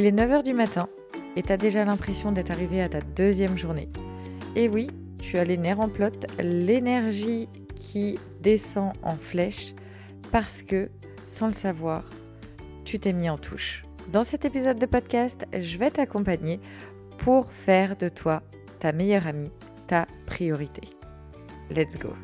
Il est 9h du matin et tu as déjà l'impression d'être arrivé à ta deuxième journée. Et oui, tu as les nerfs en pelote, l'énergie qui descend en flèche parce que, sans le savoir, tu t'es mis en touche. Dans cet épisode de podcast, je vais t'accompagner pour faire de toi ta meilleure amie, ta priorité. Let's go!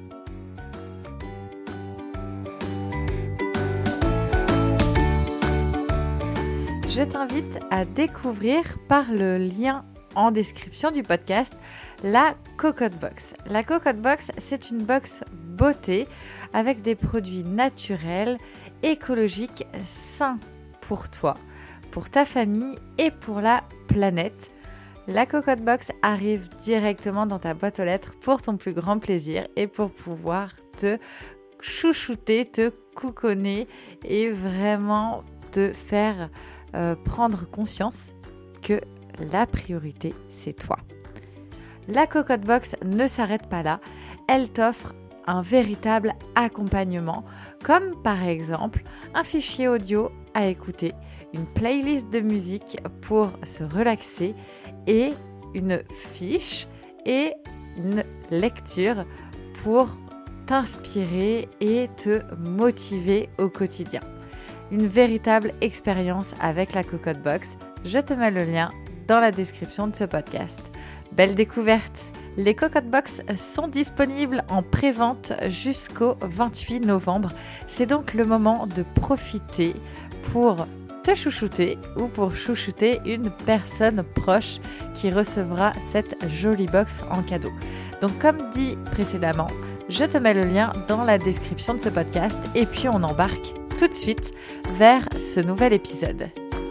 Je t'invite à découvrir par le lien en description du podcast la Cocotte Box. La Cocotte Box, c'est une box beauté avec des produits naturels, écologiques, sains pour toi, pour ta famille et pour la planète. La Cocotte Box arrive directement dans ta boîte aux lettres pour ton plus grand plaisir et pour pouvoir te chouchouter, te couconner et vraiment te faire prendre conscience que la priorité, c'est toi. La Cocotte Box ne s'arrête pas là. Elle t'offre un véritable accompagnement, comme par exemple un fichier audio à écouter, une playlist de musique pour se relaxer et une fiche et une lecture pour t'inspirer et te motiver au quotidien. Une véritable expérience avec la Cocotte Box. Je te mets le lien dans la description de ce podcast. Belle découverte! Les Cocotte Box sont disponibles en pré-vente jusqu'au 28 novembre. C'est donc le moment de profiter pour te chouchouter ou pour chouchouter une personne proche qui recevra cette jolie box en cadeau. Donc comme dit précédemment, je te mets le lien dans la description de ce podcast et puis on embarque tout de suite vers ce nouvel épisode.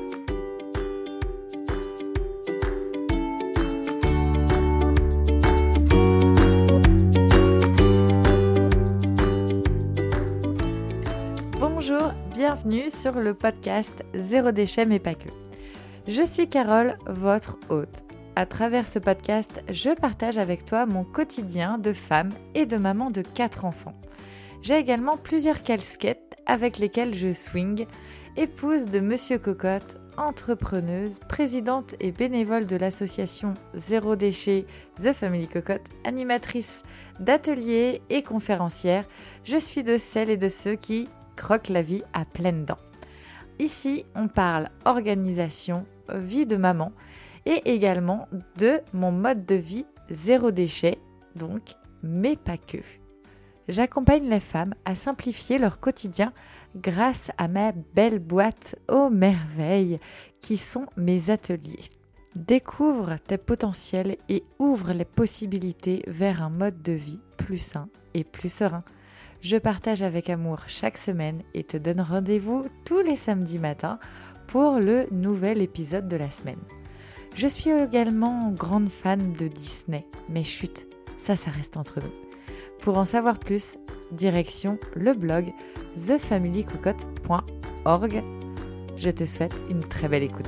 Bonjour, bienvenue sur le podcast Zéro déchet mais pas que. Je suis Carole, votre hôte. À travers ce podcast, je partage avec toi mon quotidien de femme et de maman de 4 enfants. J'ai également plusieurs casquettes avec lesquelles je swing, épouse de Monsieur Cocotte, entrepreneuse, présidente et bénévole de l'association Zéro Déchet The Family Cocotte, animatrice d'ateliers et conférencière. Je suis de celles et de ceux qui croquent la vie à pleines dents. Ici, on parle organisation, vie de maman et également de mon mode de vie zéro déchet, donc, mais pas que. J'accompagne les femmes à simplifier leur quotidien grâce à ma belle boîte aux merveilles qui sont mes ateliers. Découvre tes potentiels et ouvre les possibilités vers un mode de vie plus sain et plus serein. Je partage avec amour chaque semaine et te donne rendez-vous tous les samedis matins pour le nouvel épisode de la semaine. Je suis également grande fan de Disney, mais chut, ça reste entre nous. Pour en savoir plus, direction le blog thefamilycocotte.org. Je te souhaite une très belle écoute.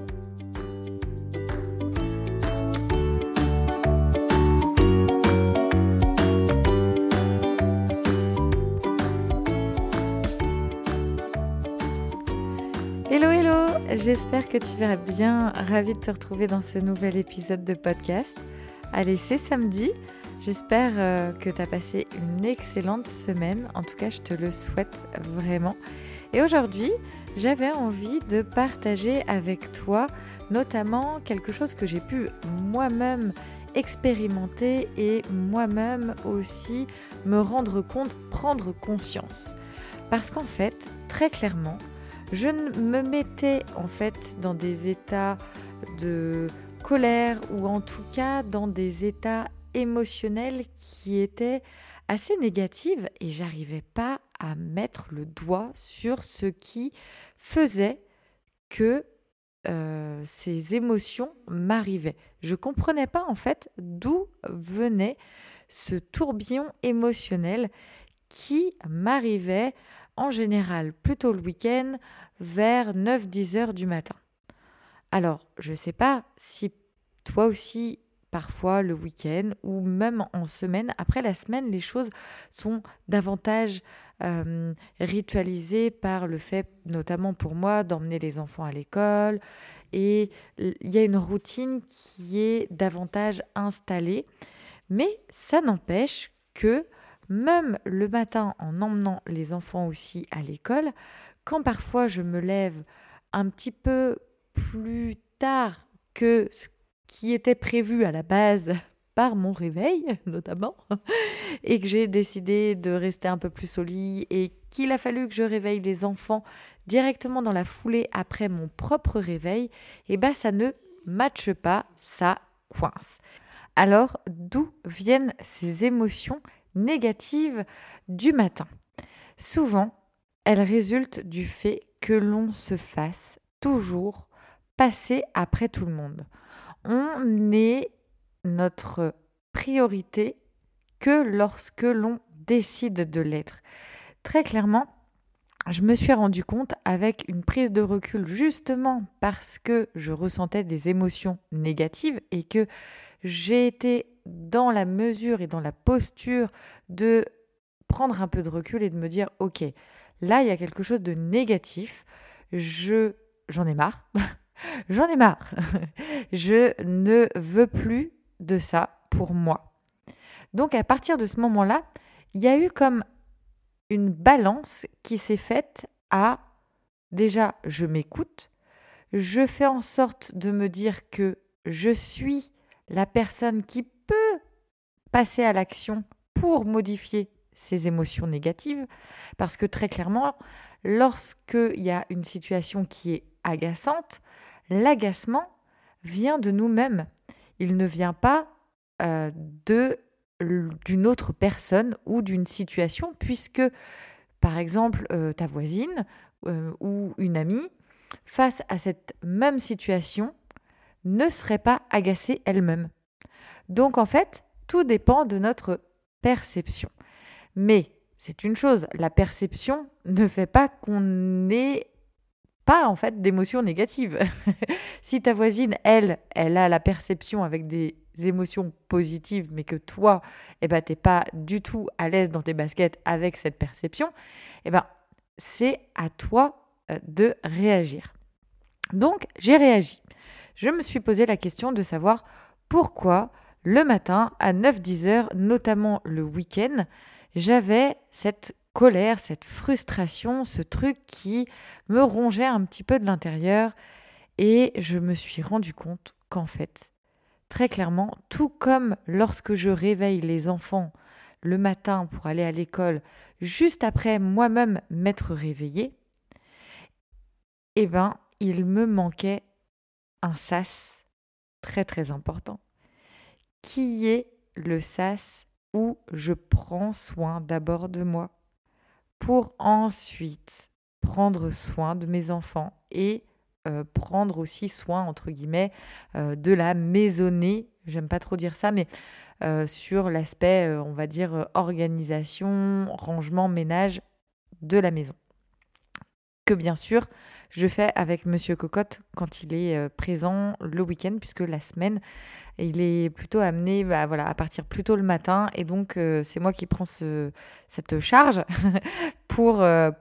Hello, hello! J'espère que tu vas bien. Ravie de te retrouver dans ce nouvel épisode de podcast. Allez, c'est samedi. J'espère que tu as passé une excellente semaine. En tout cas, je te le souhaite vraiment. Et aujourd'hui, j'avais envie de partager avec toi notamment quelque chose que j'ai pu moi-même expérimenter et moi-même aussi me rendre compte, prendre conscience. Parce qu'en fait, très clairement, je me mettais en fait dans des états de colère ou en tout cas dans des états émotionnelle qui était assez négative et j'arrivais pas à mettre le doigt sur ce qui faisait que ces émotions m'arrivaient. Je comprenais pas en fait d'où venait ce tourbillon émotionnel qui m'arrivait en général plutôt le week-end vers 9-10 heures du matin. Alors, je sais pas si toi aussi parfois le week-end ou même en semaine. Après la semaine, les choses sont davantage ritualisées par le fait, notamment pour moi, d'emmener les enfants à l'école et il y a une routine qui est davantage installée. Mais ça n'empêche que même le matin, en emmenant les enfants aussi à l'école, quand parfois je me lève un petit peu plus tard que ce qui était prévu à la base par mon réveil notamment, et que j'ai décidé de rester un peu plus au lit et qu'il a fallu que je réveille les enfants directement dans la foulée après mon propre réveil, et ben ça ne matche pas, ça coince. Alors, d'où viennent ces émotions négatives du matin? Souvent, elles résultent du fait que l'on se fasse toujours passer après tout le monde. On est notre priorité que lorsque l'on décide de l'être. Très clairement, je me suis rendu compte avec une prise de recul justement parce que je ressentais des émotions négatives et que j'ai été dans la mesure et dans la posture de prendre un peu de recul et de me dire ok, là il y a quelque chose de négatif, j'en ai marre, j'en ai marre, je ne veux plus de ça pour moi. Donc à partir de ce moment-là, il y a eu comme une balance qui s'est faite à déjà je m'écoute, je fais en sorte de me dire que je suis la personne qui peut passer à l'action pour modifier ces émotions négatives, parce que très clairement, lorsqu'il y a une situation qui est agaçante, l'agacement vient de nous-mêmes. Il ne vient pas d'une autre personne ou d'une situation, puisque, par exemple, ta voisine ou une amie, face à cette même situation, ne serait pas agacée elle-même. Donc, en fait, tout dépend de notre perception. Mais c'est une chose, la perception ne fait pas qu'on n'ait pas, en fait, d'émotions négatives. Si ta voisine, elle a la perception avec des émotions positives, mais que toi, t'es pas du tout à l'aise dans tes baskets avec cette perception, c'est à toi de réagir. Donc, j'ai réagi. Je me suis posé la question de savoir pourquoi le matin à 9-10 heures, notamment le week-end, j'avais cette colère, cette frustration, ce truc qui me rongeait un petit peu de l'intérieur. Et je me suis rendu compte qu'en fait, très clairement, tout comme lorsque je réveille les enfants le matin pour aller à l'école, juste après moi-même m'être réveillée, il me manquait un sas très très important, qui est le sas où je prends soin d'abord de moi pour ensuite prendre soin de mes enfants et prendre aussi soin, entre guillemets, de la maisonnée. J'aime pas trop dire ça, mais sur l'aspect, on va dire, organisation, rangement, ménage de la maison. Que bien sûr, je fais avec Monsieur Cocotte quand il est présent le week-end, puisque la semaine, il est plutôt amené à partir plus tôt le matin. Et donc, c'est moi qui prends cette charge parce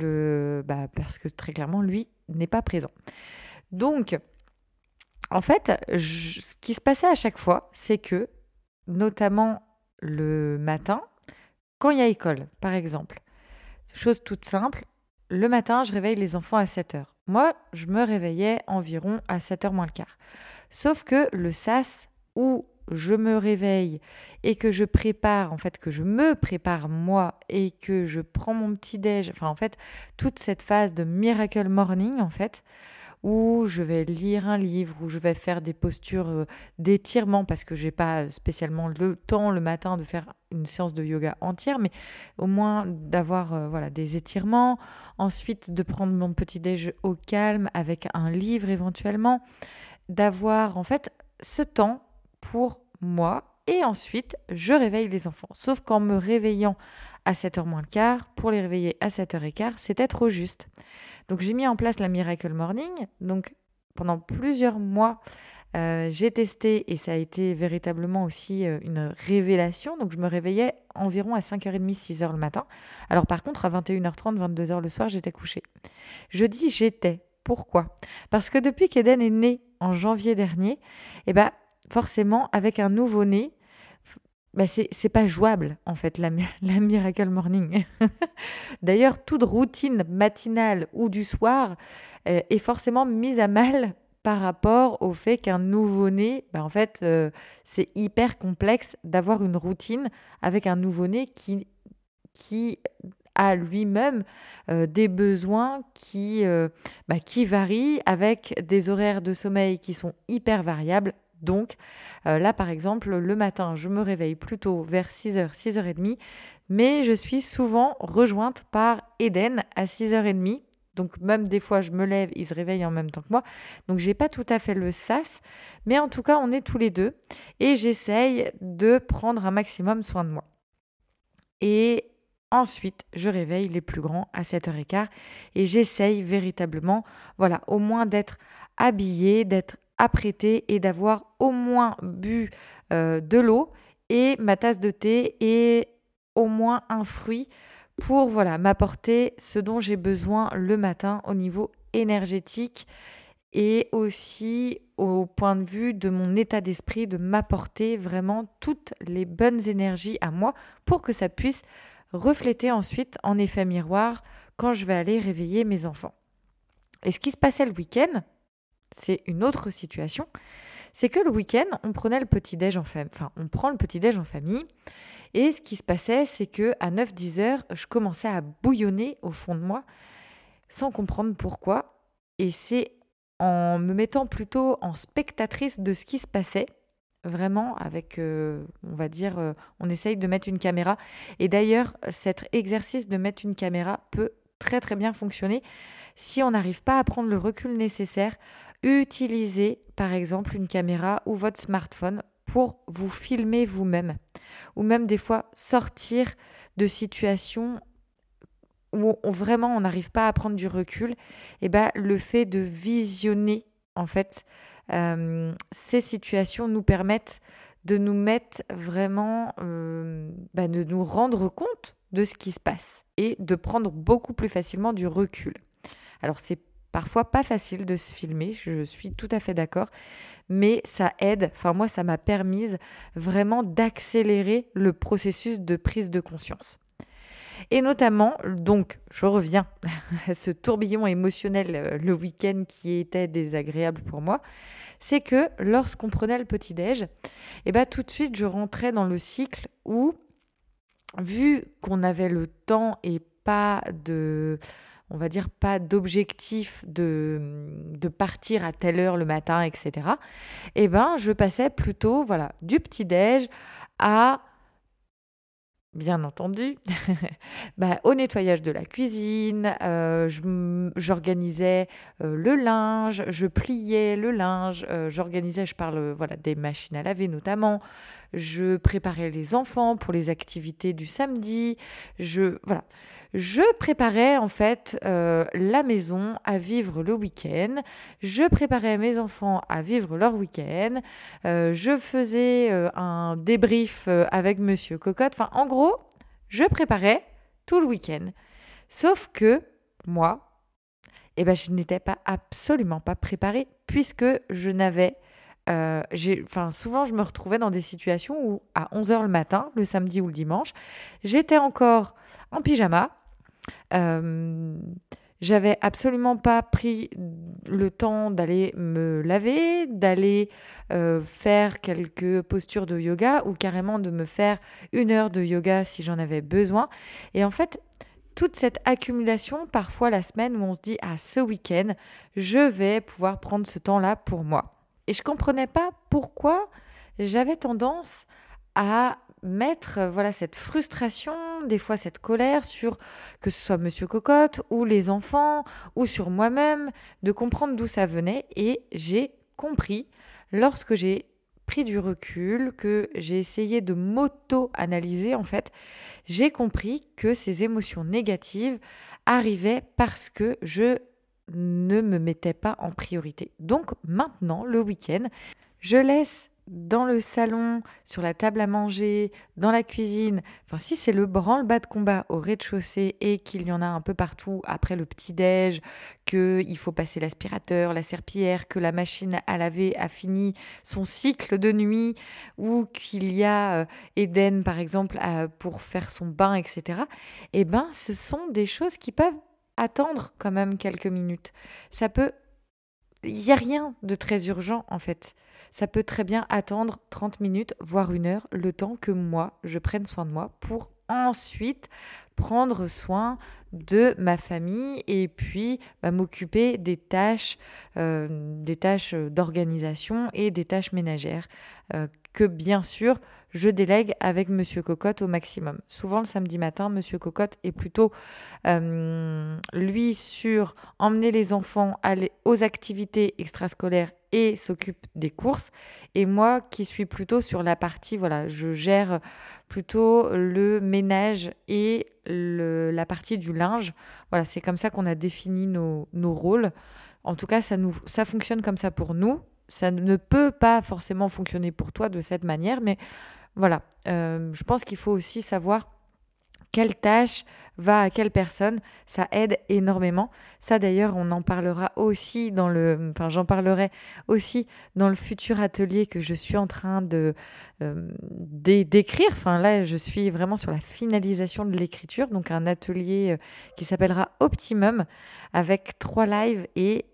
que très clairement, lui n'est pas présent. Donc, en fait, ce qui se passait à chaque fois, c'est que, notamment le matin, quand il y a école, par exemple, chose toute simple, le matin, je réveille les enfants à 7 heures. Moi, je me réveillais environ à 7 heures moins le quart. Sauf que le sas où je me réveille et que je prépare, en fait, que je me prépare moi et que je prends mon petit-déj, enfin, en fait, toute cette phase de miracle morning, en fait, où je vais lire un livre, où je vais faire des postures d'étirement parce que je n'ai pas spécialement le temps le matin de faire une séance de yoga entière, mais au moins d'avoir des étirements, ensuite de prendre mon petit déj au calme avec un livre éventuellement, d'avoir en fait ce temps pour moi et ensuite je réveille les enfants. Sauf qu'en me réveillant à 7h moins le quart, pour les réveiller à 7h15, c'était trop juste. Donc j'ai mis en place la Miracle Morning. Donc pendant plusieurs mois, j'ai testé et ça a été véritablement aussi une révélation. Donc je me réveillais environ à 5h30, 6h le matin. Alors par contre, à 21h30, 22h le soir, j'étais couchée. Je dis j'étais Pourquoi ? Parce que depuis qu'Eden est né en janvier dernier, forcément, avec un nouveau-né, c'est pas jouable, en fait, la Miracle Morning. D'ailleurs, toute routine matinale ou du soir est forcément mise à mal par rapport au fait qu'un nouveau-né, c'est hyper complexe d'avoir une routine avec un nouveau-né qui a lui-même des besoins qui varient avec des horaires de sommeil qui sont hyper variables. Donc là, par exemple, le matin, je me réveille plutôt vers 6h, 6h30, mais je suis souvent rejointe par Eden à 6h30. Donc même des fois, je me lève, il se réveille en même temps que moi. Donc j'ai pas tout à fait le sas, mais en tout cas, on est tous les deux et j'essaye de prendre un maximum soin de moi. Et ensuite, je réveille les plus grands à 7h15 et j'essaye véritablement, au moins d'être habillée, d'être apprêtée et d'avoir au moins bu de l'eau et ma tasse de thé et au moins un fruit pour m'apporter ce dont j'ai besoin le matin au niveau énergétique et aussi au point de vue de mon état d'esprit, de m'apporter vraiment toutes les bonnes énergies à moi pour que ça puisse refléter ensuite en effet miroir quand je vais aller réveiller mes enfants. Et ce qui se passait le week-end, c'est une autre situation, c'est que le week-end, on prenait le petit-déj on prend le petit-déj en famille. Et ce qui se passait, c'est qu'à 9-10 heures, je commençais à bouillonner au fond de moi sans comprendre pourquoi. Et c'est en me mettant plutôt en spectatrice de ce qui se passait, vraiment avec, on essaye de mettre une caméra. Et d'ailleurs, cet exercice de mettre une caméra peut très très bien fonctionner. Si on n'arrive pas à prendre le recul nécessaire, utilisez par exemple une caméra ou votre smartphone pour vous filmer vous-même. Ou même des fois sortir de situations où on n'arrive pas à prendre du recul. Et le fait de visionner en fait ces situations nous permettent de nous mettre vraiment, de nous rendre compte de ce qui se passe et de prendre beaucoup plus facilement du recul. Alors c'est parfois pas facile de se filmer, je suis tout à fait d'accord, mais ça aide, moi ça m'a permis vraiment d'accélérer le processus de prise de conscience. Et notamment, donc, je reviens à ce tourbillon émotionnel le week-end qui était désagréable pour moi, c'est que lorsqu'on prenait le petit-déj, tout de suite, je rentrais dans le cycle où, vu qu'on avait le temps et pas d'objectif de partir à telle heure le matin, etc., je passais plutôt, du petit-déj à... Bien entendu, au nettoyage de la cuisine, j'organisais le linge, je pliais le linge, j'organisais, je parle des machines à laver notamment, je préparais les enfants pour les activités du samedi, je préparais en fait la maison à vivre le week-end, je préparais mes enfants à vivre leur week-end, je faisais un débrief avec Monsieur Cocotte, en gros, je préparais tout le week-end. Sauf que moi, je n'étais absolument pas préparée puisque je n'avais... souvent, je me retrouvais dans des situations où à 11h le matin, le samedi ou le dimanche, j'étais encore en pyjama. J'avais absolument pas pris le temps d'aller me laver, d'aller faire quelques postures de yoga ou carrément de me faire 1 heure de yoga si j'en avais besoin. Et en fait, toute cette accumulation, parfois la semaine où on se dit « Ah, ce week-end, je vais pouvoir prendre ce temps-là pour moi ». Et je comprenais pas pourquoi j'avais tendance à mettre cette frustration, des fois cette colère sur que ce soit Monsieur Cocotte ou les enfants ou sur moi-même, de comprendre d'où ça venait. Et j'ai compris, lorsque j'ai pris du recul, que j'ai essayé de m'auto-analyser en fait, j'ai compris que ces émotions négatives arrivaient parce que je ne me mettais pas en priorité. Donc maintenant, le week-end, je laisse dans le salon, sur la table à manger, dans la cuisine, enfin si c'est le branle-bas de combat au rez-de-chaussée et qu'il y en a un peu partout après le petit-déj, qu'il faut passer l'aspirateur, la serpillière, que la machine à laver a fini son cycle de nuit ou qu'il y a Eden par exemple pour faire son bain, etc. Eh ben ce sont des choses qui peuvent attendre quand même quelques minutes. Il n'y a rien de très urgent en fait. Ça peut très bien attendre 30 minutes, voire 1 heure, le temps que moi, je prenne soin de moi pour ensuite prendre soin de ma famille et puis m'occuper des tâches d'organisation et des tâches ménagères que bien sûr je délègue avec Monsieur Cocotte au maximum. Souvent le samedi matin, Monsieur Cocotte est plutôt lui sur emmener les enfants aux activités extrascolaires et s'occupe des courses. Et moi qui suis plutôt sur la partie, voilà, je gère plutôt le ménage et la partie du linge. Voilà, c'est comme ça qu'on a défini nos rôles. En tout cas, ça fonctionne comme ça pour nous. Ça ne peut pas forcément fonctionner pour toi de cette manière, mais voilà, je pense qu'il faut aussi savoir quelle tâche va à quelle personne, ça aide énormément. Ça d'ailleurs, on en parlera aussi j'en parlerai aussi dans le futur atelier que je suis en train d'écrire. Enfin là, je suis vraiment sur la finalisation de l'écriture, donc un atelier qui s'appellera Optimum avec 3 lives et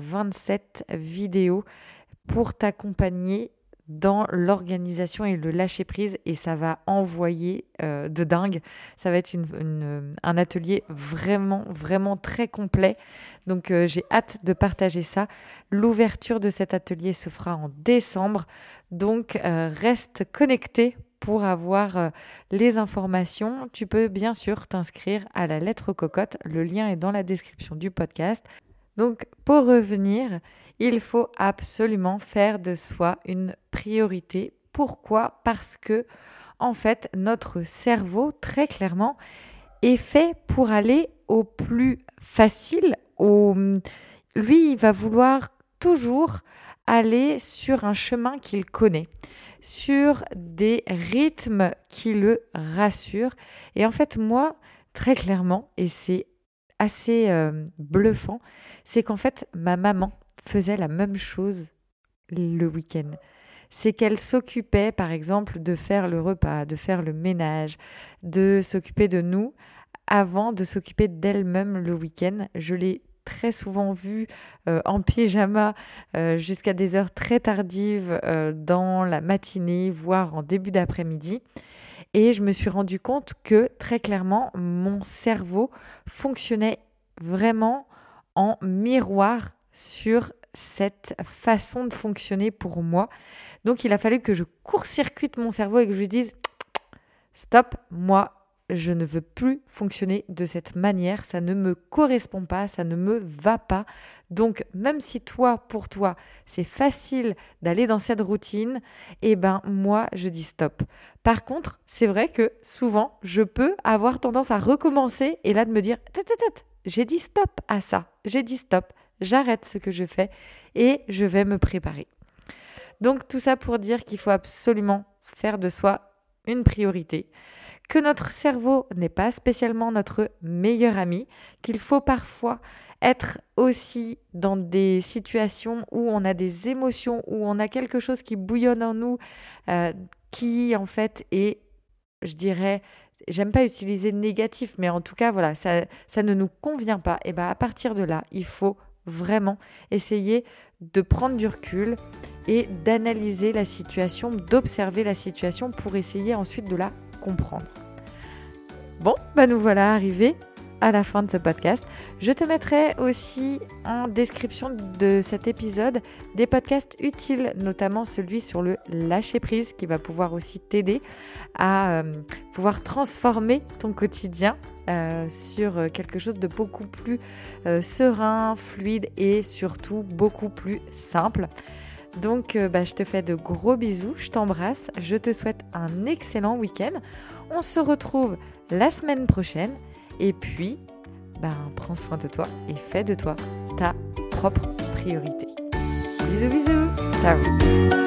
27 vidéos pour t'accompagner dans l'organisation et le lâcher-prise et ça va envoyer de dingue. Ça va être un atelier vraiment, vraiment très complet. Donc j'ai hâte de partager ça. L'ouverture de cet atelier se fera en décembre. Donc reste connecté pour avoir les informations. Tu peux bien sûr t'inscrire à la lettre cocotte. Le lien est dans la description du podcast. Donc, pour revenir, il faut absolument faire de soi une priorité. Pourquoi ? Parce que, en fait, notre cerveau, très clairement, est fait pour aller au plus facile. Lui, il va vouloir toujours aller sur un chemin qu'il connaît, sur des rythmes qui le rassurent. Et en fait, moi, très clairement, et c'est assez bluffant, c'est qu'en fait, ma maman faisait la même chose le week-end. C'est qu'elle s'occupait, par exemple, de faire le repas, de faire le ménage, de s'occuper de nous avant de s'occuper d'elle-même le week-end. Je l'ai très souvent vue en pyjama jusqu'à des heures très tardives dans la matinée, voire en début d'après-midi. Et je me suis rendu compte que très clairement, mon cerveau fonctionnait vraiment en miroir sur cette façon de fonctionner pour moi. Donc, il a fallu que je court-circuite mon cerveau et que je lui dise « Stop, moi, je ne veux plus fonctionner de cette manière. Ça ne me correspond pas, ça ne me va pas. Donc, même si pour toi, c'est facile d'aller dans cette routine, eh ben, moi, je dis stop. Par contre, c'est vrai que souvent, je peux avoir tendance à recommencer et là de me dire j'ai dit stop à ça. J'ai dit stop. J'arrête ce que je fais et je vais me préparer. Donc, tout ça pour dire qu'il faut absolument faire de soi une priorité, que notre cerveau n'est pas spécialement notre meilleur ami, qu'il faut parfois être aussi dans des situations où on a des émotions, où on a quelque chose qui bouillonne en nous, qui en fait est, je dirais, j'aime pas utiliser négatif, mais en tout cas, voilà, ça ne nous convient pas. Et bien à partir de là, il faut vraiment essayer de prendre du recul et d'analyser la situation, d'observer la situation pour essayer ensuite de la comprendre. Bon, nous voilà arrivés à la fin de ce podcast. Je te mettrai aussi en description de cet épisode des podcasts utiles, notamment celui sur le lâcher-prise qui va pouvoir aussi t'aider à pouvoir transformer ton quotidien sur quelque chose de beaucoup plus serein, fluide et surtout beaucoup plus simple. Donc, je te fais de gros bisous, je t'embrasse, je te souhaite un excellent week-end. On se retrouve la semaine prochaine et puis, prends soin de toi et fais de toi ta propre priorité. Bisous, bisous, ciao.